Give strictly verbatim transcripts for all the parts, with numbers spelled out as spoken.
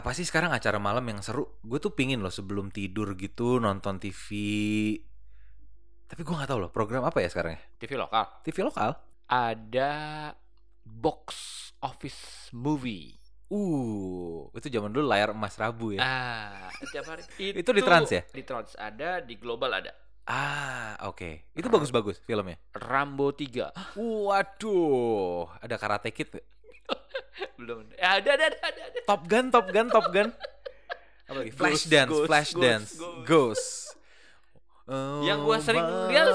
Apa sih sekarang acara malam yang seru? Gue tuh pingin loh sebelum tidur gitu nonton T V. Tapi gue nggak tahu loh program apa ya sekarang ya. T V lokal. T V lokal. Ada box office movie. Uh, itu zaman dulu layar emas Rabu ya. Ah, tiap hari. Itu di Trans ya? Di Trans ada, di Global ada. Ah, oke. Itu R- bagus-bagus filmnya. Rambo tiga. Waduh, ada Karate Kid. Belum. Ya, ada, ada, ada, ada, ada. Top Gun, Top Gun, Top Gun. Apa lagi? Flash Ghost, Dance, Ghost, Flash Ghost, Dance, Ghost. Ghost. Oh, Yang gua sering my lihat,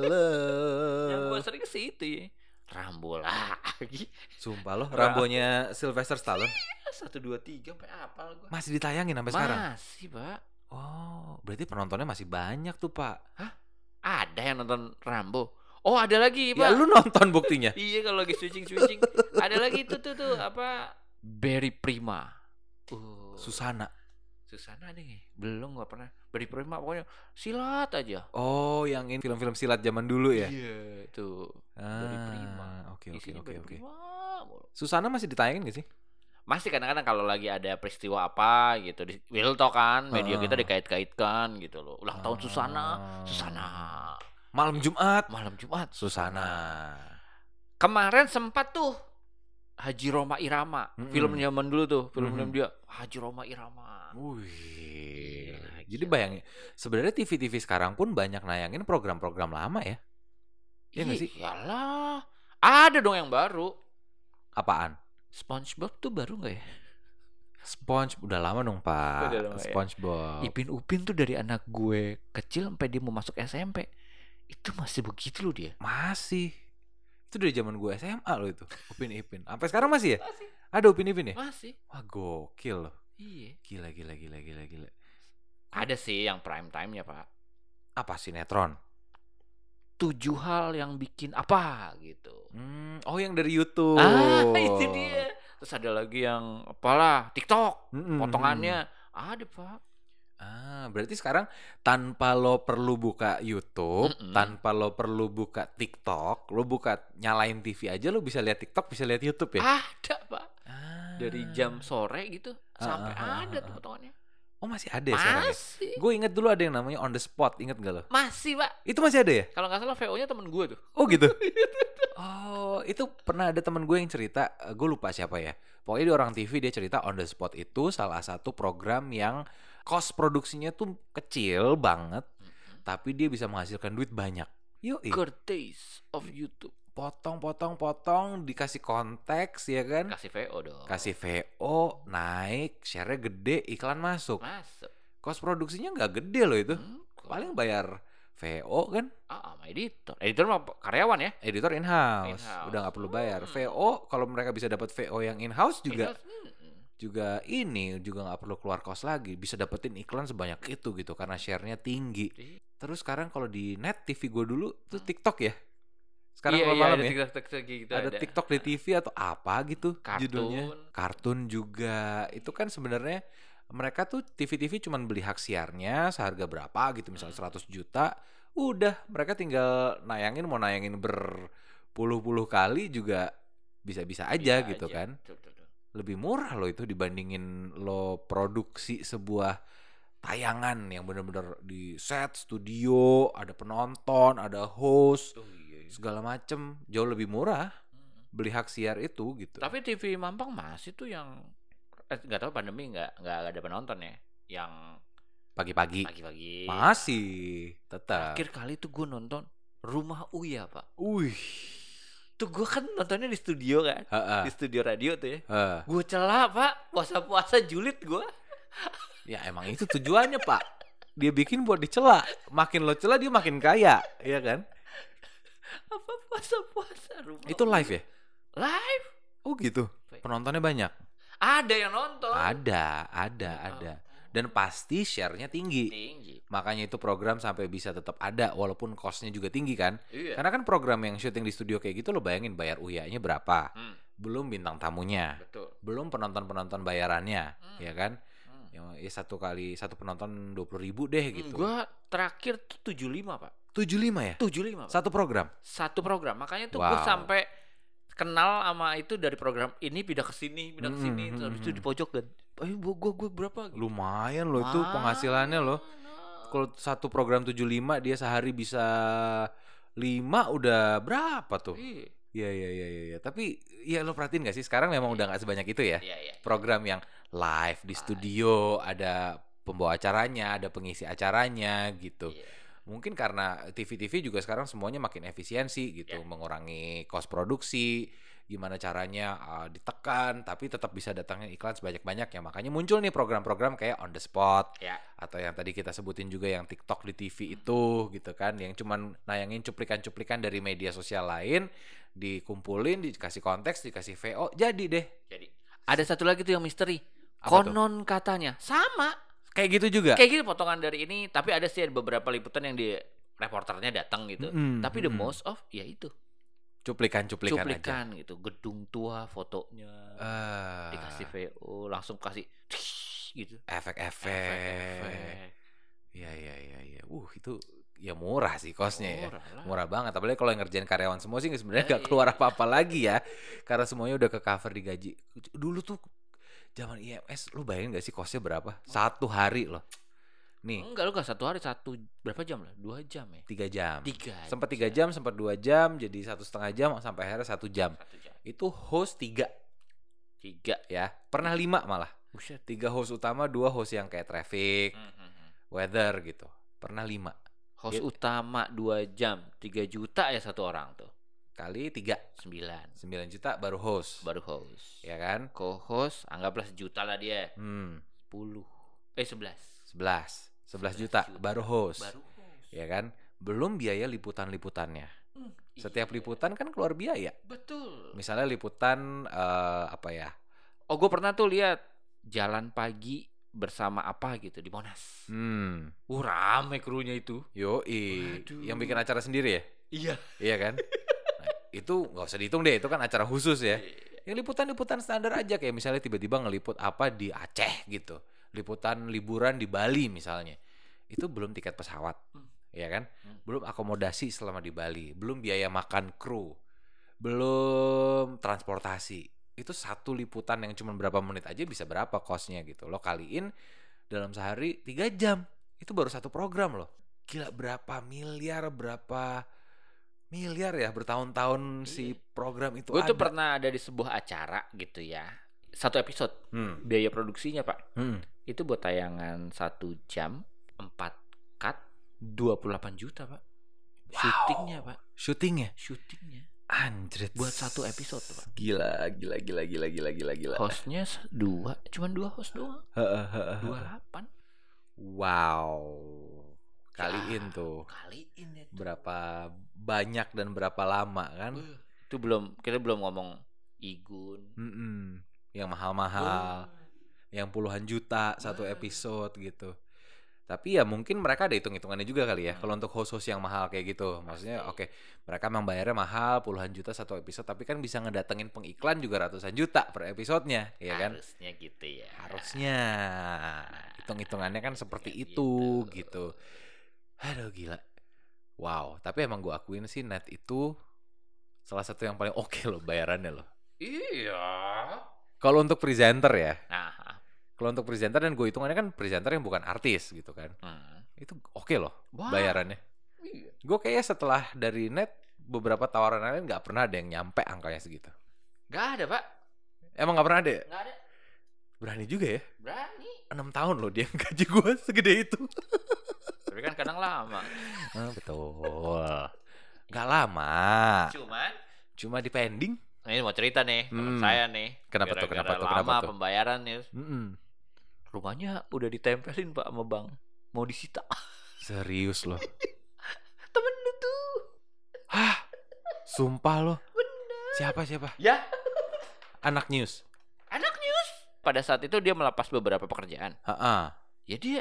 love. Yang gue sering sih itu ya. Rambo lagi. Sumpah loh, Rambonya Sylvester Stallone Satu dua tiga sampai apal gue. masih ditayangin sampai sekarang. Masih, Pak. Oh, berarti penontonnya masih banyak tuh, Pak. Hah? Ada yang nonton Rambo? Oh, ada lagi, Pak. Ya lu nonton buktinya. Iya, kalau lagi switching-switching. Ada lagi itu tuh tuh apa? Barry Prima. Uh, Susana. Susana ada nggak? Belum, nggak pernah. Barry Prima pokoknya silat aja. Oh, yang ini film-film silat zaman dulu ya? Iya, itu. Barry Prima. Ah, oke oke Isinya oke Barry oke. Prima mulu. Susana masih ditayangin gak sih? Masih kadang-kadang kalau lagi ada peristiwa apa gitu di Wilto kan media Ah. kita dikait-kaitkan gitu loh. Ulang tahun Susana, Ah. Susana. Malam Jumat, Malam Jumat Susana. Kemarin sempat tuh Haji Roma Irama, Mm-mm. film zaman dulu tuh, film-film Mhm. dia Haji Roma Irama. Wih. Gila, Jadi gila. bayangin, sebenarnya T V-T V sekarang pun banyak nayangin program-program lama ya. Iya nggak sih? Iyalah. Ada dong yang baru. Apaan? SpongeBob tuh baru nggak ya? Sponge udah lama dong, Pak. Udah lama ya. SpongeBob. Ipin Upin tuh dari anak gue kecil sampai dia mau masuk S M P. Itu masih begitu loh dia. Masih. Itu dari zaman gue S M A loh itu. Upin Ipin. Sampai sekarang masih ya? Masih. Ada Upin Ipin ya? Masih. Wah, gokil loh. Iya. Gila gila gila gila gila. Ada sih yang prime time-nya, Pak. Apa sinetron? Tujuh hal yang bikin apa gitu. Hmm, oh yang dari YouTube. Ah, itu dia. Terus ada lagi yang apalah TikTok. Mm-mm. Potongannya ada, Pak. Ah, berarti sekarang tanpa lo perlu buka YouTube, Mm-mm. tanpa lo perlu buka TikTok, lo buka nyalain T V aja lo bisa lihat TikTok, bisa lihat YouTube ya? Ada, Pak. Ah. Dari jam sore gitu sampai Ah, ah, ah, ada ah, tuh ah. potongannya. Oh masih ada ya sekarang ya? Masih. Gue inget dulu ada yang namanya On The Spot, inget gak lo? Masih, Pak. Itu masih ada ya? Kalau nggak salah V O-nya temen gue tuh. Oh gitu? Oh itu pernah ada temen gue yang cerita, gue lupa siapa ya. Pokoknya di orang T V dia cerita On The Spot itu salah satu program yang cost produksinya tuh kecil banget, Mm-mm. tapi dia bisa menghasilkan duit banyak. Yoi. Good taste of YouTube. Potong, potong, potong, dikasih konteks ya kan? Kasih V O dong. Kasih V O, naik, share-nya gede, iklan masuk. Masuk. Cost produksinya nggak gede loh itu. Hmm, kok- Paling bayar V O kan, Ah, sama editor. Editor mah karyawan ya. editor in-house, In-house. udah nggak perlu bayar. Hmm. V O kalau mereka bisa dapat V O yang in-house juga, In-house, mm-mm. juga ini juga nggak perlu keluar kos lagi, bisa dapetin iklan sebanyak itu gitu karena share-nya tinggi. Iya. Terus sekarang kalau di net T V gue dulu tuh TikTok ya. Sekarang Iya, kalau iya, malam ada ya. TikTok, TikTok gitu Ada TikTok di T V atau apa gitu Kartun. judulnya. Kartun juga. Itu kan sebenarnya mereka tuh T V-T V cuman beli hak siarnya seharga berapa gitu, misalnya Hmm. seratus juta. Udah, mereka tinggal nayangin, mau nayangin berpuluh-puluh kali juga bisa-bisa aja Bisa gitu aja. kan. Betul, betul, betul. Lebih murah loh itu dibandingin lo produksi sebuah tayangan yang bener-bener di set, studio, ada penonton, ada host, Oh, iya, iya. segala macem. Jauh lebih murah Mm-mm. beli hak siar itu gitu. Tapi T V Mampang masih tuh yang eh, nggak tahu pandemi nggak nggak ada penonton ya. Yang Pagi-pagi pagi-pagi. masih tetap. Terakhir kali tuh gue nonton Rumah Uya, Pak. Wih. Tuh gue kan nontonnya di studio kan. Heeh. Di studio radio tuh ya. Heeh. Gue celah, Pak. Puasa-puasa julid gue. Ya emang itu tujuannya, Pak. Dia bikin buat dicela. Makin lo cela dia makin kaya, ya kan? Apa puasa-puasa Rumah Itu Uya? live ya? Live. Oh gitu. Penontonnya banyak. Ada yang nonton. Ada, ada, Oh. ada. Dan pasti share-nya tinggi. Tinggi. Makanya itu program sampai bisa tetap ada walaupun cost-nya juga tinggi kan. Iya. Karena kan program yang syuting di studio kayak gitu lo bayangin bayar uyanya berapa. Hmm, Belum bintang tamunya. betul. Belum penonton-penonton bayarannya, Hmm. ya kan? Hmm. Ya, ya satu kali satu penonton dua puluh ribu deh gitu. Gue terakhir tuh tujuh puluh lima, Pak. tujuh puluh lima ya? tujuh puluh lima, Pak. Satu program. Satu program. Makanya tuh Wow. gue sampai kenal sama itu dari program ini pindah ke sini, pindah ke sini, Hmm, terus hmm, itu di pojok kan. Eh gua gua, gua berapa? Gitu. Lumayan loh itu penghasilannya loh. Kalau satu program tujuh puluh lima dia sehari bisa lima udah berapa tuh? Iya. Iya iya iya iya. Tapi ya lo perhatiin gak sih sekarang memang udah nggak sebanyak itu ya. Iya, iya. Program yang live di studio, ada pembawa acaranya, ada pengisi acaranya gitu. Iya. Mungkin karena T V-T V juga sekarang semuanya makin efisiensi gitu, Ya. mengurangi cost produksi, gimana caranya uh, ditekan tapi tetap bisa datangnya iklan sebanyak-banyaknya. Makanya muncul nih program-program kayak on the spot Ya. atau yang tadi kita sebutin juga yang TikTok di T V itu gitu kan, yang cuman nayangin cuplikan-cuplikan dari media sosial lain, dikumpulin, dikasih konteks, dikasih V O, jadi deh. Jadi ada satu lagi tuh yang misteri. Apa tuh? Konon katanya sama. Kayak gitu juga. Kayak gitu potongan dari ini, tapi ada sih beberapa liputan yang di reporternya datang gitu. Mm-mm, Tapi the mm-mm. most of ya itu Cuplikan-cuplikan aja. cuplikan gitu, gedung tua fotonya. Ah, Dikasih V O, langsung kasih gitu. efek-efek. Efek-efek. Iya iya iya iya. Uh itu ya murah sih kosnya ya. Murah lah. Murah banget. Apalagi kalau yang ngerjain karyawan semua sih sebenarnya Eh, nggak keluar apa-apa lagi ya. Karena semuanya udah ke cover di gaji. Dulu tuh zaman I M S lu bayangin gak sih kosnya berapa? Satu hari loh. Nih, Enggak, lu gak satu hari, satu berapa jam lah? Dua jam ya? tiga jam. Tiga. Sempat tiga jam, sempat dua jam, jadi satu setengah jam sampai akhirnya satu jam. Satu jam. Itu host tiga Tiga. ya. Pernah lima malah. Buset. Tiga host utama, dua host yang kayak traffic, Hmm, hmm, hmm. weather gitu. Pernah lima. Host Ya. utama dua jam, tiga juta ya satu orang tuh. Kali tiga. Sembilan. Sembilan juta baru host. Baru host. Ya kan? Co-host anggaplah sejuta lah dia. Hmm, Sepuluh. Eh sebelas. sebelas. sebelas juta Sebelas juta. baru host. Baru host. Ya kan? Belum biaya liputan-liputannya. Hmm, Setiap iya. liputan kan keluar biaya. Betul. Misalnya liputan eh, apa ya? Oh gue pernah tuh lihat jalan pagi bersama apa gitu di Monas. Hmm, Uh rame krunya itu. yoi. Waduh. Yang bikin acara sendiri ya? Iya. Iya kan? Nah, itu nggak usah dihitung deh, itu kan acara khusus ya. Yang liputan-liputan standar aja kayak misalnya tiba-tiba ngeliput apa di Aceh gitu. Liputan liburan di Bali misalnya. Itu belum tiket pesawat. Hmm. Ya kan? Hmm. Belum akomodasi selama di Bali, belum biaya makan kru. Belum transportasi. Itu satu liputan yang cuma berapa menit aja bisa berapa kosnya gitu. Lo kaliin dalam sehari tiga jam. Itu baru satu program loh. Gila berapa miliar, berapa miliar ya bertahun-tahun si program itu Gue ada. tuh pernah ada di sebuah acara gitu ya. Satu episode. Hmm. Biaya produksinya pak. Hmm. Itu buat tayangan satu jam. Empat cut. dua puluh delapan juta pak. Syutingnya pak. Syutingnya Syutingnya. anjrit Buat satu episode tuh pak. Gila, gila, gila, gila, gila, gila, gila. Hostnya s- dua. Cuman dua host doang. dua puluh delapan. Wow. Kaliin tuh Kaliin itu. berapa banyak dan berapa lama kan? Uh, itu belum, kita belum ngomong Igun. Mm-mm. Yang mahal-mahal, yang puluhan juta satu episode gitu. Tapi ya mungkin mereka ada hitung-hitungannya juga kali ya. Hmm. Kalau untuk host-host yang mahal kayak gitu, maksudnya oke, mereka memang bayarnya mahal puluhan juta satu episode, tapi kan bisa ngedatengin pengiklan juga ratusan juta per episodenya, ya kan? Harusnya gitu ya. Harusnya hitung-hitungannya kan seperti Kayak itu gitu. gitu. Aduh gila. Wow, tapi emang gue akuin sih net itu salah satu yang paling oke loh bayarannya loh. Iya. Kalau untuk presenter ya, Nah, kalau untuk presenter dan gue hitungannya kan presenter yang bukan artis gitu kan, hmm. itu oke loh Wah. bayarannya. Iya. Gue kayaknya setelah dari net beberapa tawaran lain nggak pernah ada yang nyampe angkanya segitu. Gak ada pak. Emang nggak pernah ada? Ya? Gak ada. Berani juga ya. Berani. enam tahun loh dia gaji gue segede itu. Tapi kan kadang lama. Ah, betul. Gak lama. Cuman. Cuma di pending. Ini mau cerita nih, teman Hmm. saya nih. Kenapa tuh, Gara-gara kenapa tuh, lama kenapa tuh? pembayaran nih. Mm-mm. Rumahnya udah ditempelin pak sama bang. Mau disita. Serius loh. Temen lu tuh. Hah? Sumpah loh. Siapa siapa? Ya. Anak news. Anak news. Pada saat itu dia melepas beberapa pekerjaan. Ha-ha. Ya dia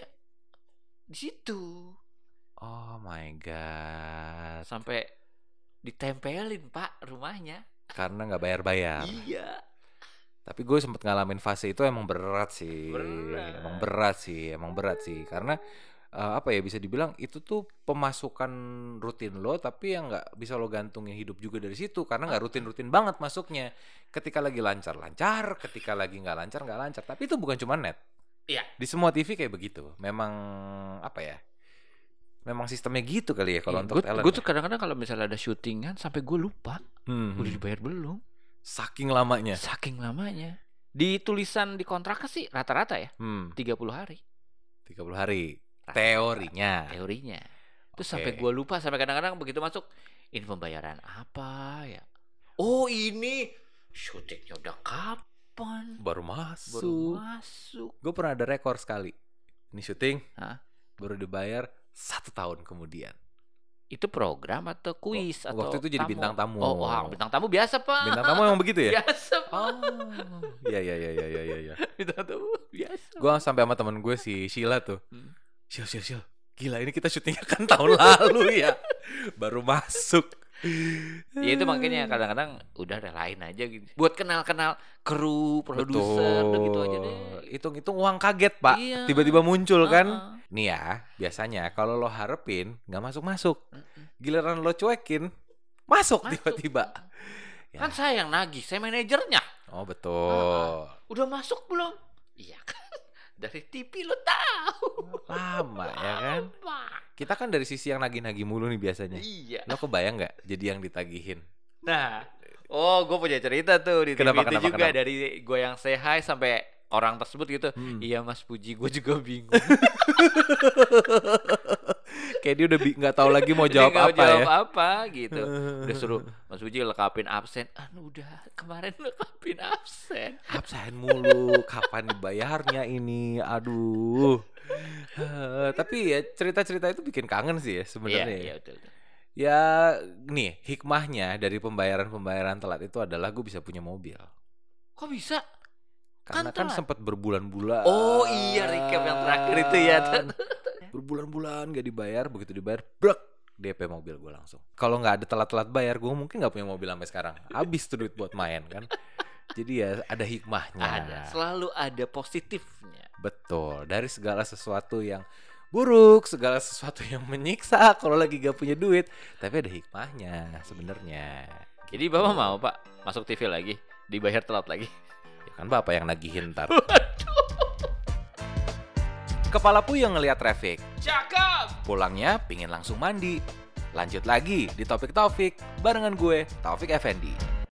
di situ Oh my god. sampai ditempelin pak rumahnya. Karena nggak bayar-bayar. Iya. Tapi gue sempet ngalamin fase itu emang berat sih. Berat. Emang berat sih, emang berat sih. Karena uh, apa ya bisa dibilang itu tuh pemasukan rutin lo, tapi yang nggak bisa lo gantungin hidup juga dari situ karena nggak rutin-rutin banget masuknya. Ketika lagi lancar-lancar, ketika lagi nggak lancar nggak lancar. Tapi itu bukan cuma net. Iya. Di semua T V kayak begitu. Memang apa ya? Memang sistemnya gitu kali ya kalau Iya, untuk gue talent. gue ya. tuh kadang-kadang kalau misalnya ada syutingan sampai gue lupa Hmm, udah hmm. dibayar belum. Saking lamanya. Saking lamanya. Di tulisan di kontraknya sih rata-rata ya Hmm, tiga puluh hari tiga puluh hari. Rata-rata. Teorinya. teorinya. Terus Oke. sampai gue lupa, sampai kadang-kadang begitu masuk ini pembayaran apa ya? Oh ini syutingnya udah kapan? Baru Baru masuk. masuk. Gue pernah ada rekor sekali. Ini syuting. Hah? Baru dibayar satu tahun kemudian. Itu program atau kuis atau waktu itu jadi bintang tamu. Oh, wah, bintang tamu biasa, Pak. Bintang tamu emang begitu ya? Biasa, Pak. Oh, iya iya iya iya iya iya. Bintang tamu biasa. Gue sampai sama temen gue si Sheila tuh. Hmm. Sil sil sil. Gila ini kita syutingnya kan tahun lalu ya. Baru masuk. Ya itu makanya kadang-kadang udah relain aja gitu. Buat kenal-kenal kru, produser, udah gitu aja deh. Hitung-hitung uang kaget pak. Iya. Tiba-tiba muncul kan. Uh-uh. Nih ya, biasanya kalau lo harapin nggak masuk-masuk. Mm-mm. Giliran lo cuekin, masuk, Masuk. tiba-tiba. Ya. Kan saya yang nagih, saya manajernya. Oh betul. Udah masuk belum? Iya kan. Dari T V lo tahu. Lama ya kan. Lama. Kita kan dari sisi yang nagih-nagih mulu nih biasanya. Iya. Lo kebayang nggak jadi yang ditagihin? Nah, oh gue punya cerita tuh di Kenapa, T V itu kenapa, juga kenapa? dari gue yang say hi sampai orang tersebut gitu. Hmm. Iya Mas Puji, gue juga bingung. Kayak dia udah bi- nggak tahu lagi mau Dia jawab nggak apa jawab ya. apa gitu. Udah suruh Mas Puji lekapin absen. Anu udah kemarin lekapin absen. Absen mulu, kapan dibayarnya ini? Aduh. Eh, tapi ya cerita-cerita itu bikin kangen sih ya Iya, sebenarnya. iya ya. betul. betul. Ya nih hikmahnya dari pembayaran-pembayaran telat itu adalah gue bisa punya mobil. Kok bisa? Karena Kan kan, telat. sempat berbulan-bulan. Oh iya recap yang terakhir itu ya. Berbulan-bulan gak dibayar, begitu dibayar, brek, D P mobil gue langsung. Kalau nggak ada telat-telat bayar, gue mungkin nggak punya mobil sampai sekarang. Habis tuh duit buat main kan. Jadi ya ada hikmahnya. Ada, selalu ada positifnya. Betul, dari segala sesuatu yang buruk, segala sesuatu yang menyiksa kalau lagi gak punya duit, tapi ada hikmahnya sebenarnya. Jadi Bapak mau Pak masuk T V lagi, dibayar telat lagi? Ya kan Bapak yang nagihin ntar. Kepala puyeng ngeliat traffic, Cakep. pulangnya pingin langsung mandi. Lanjut lagi di Topik Taufik barengan gue, Taufik Effendi.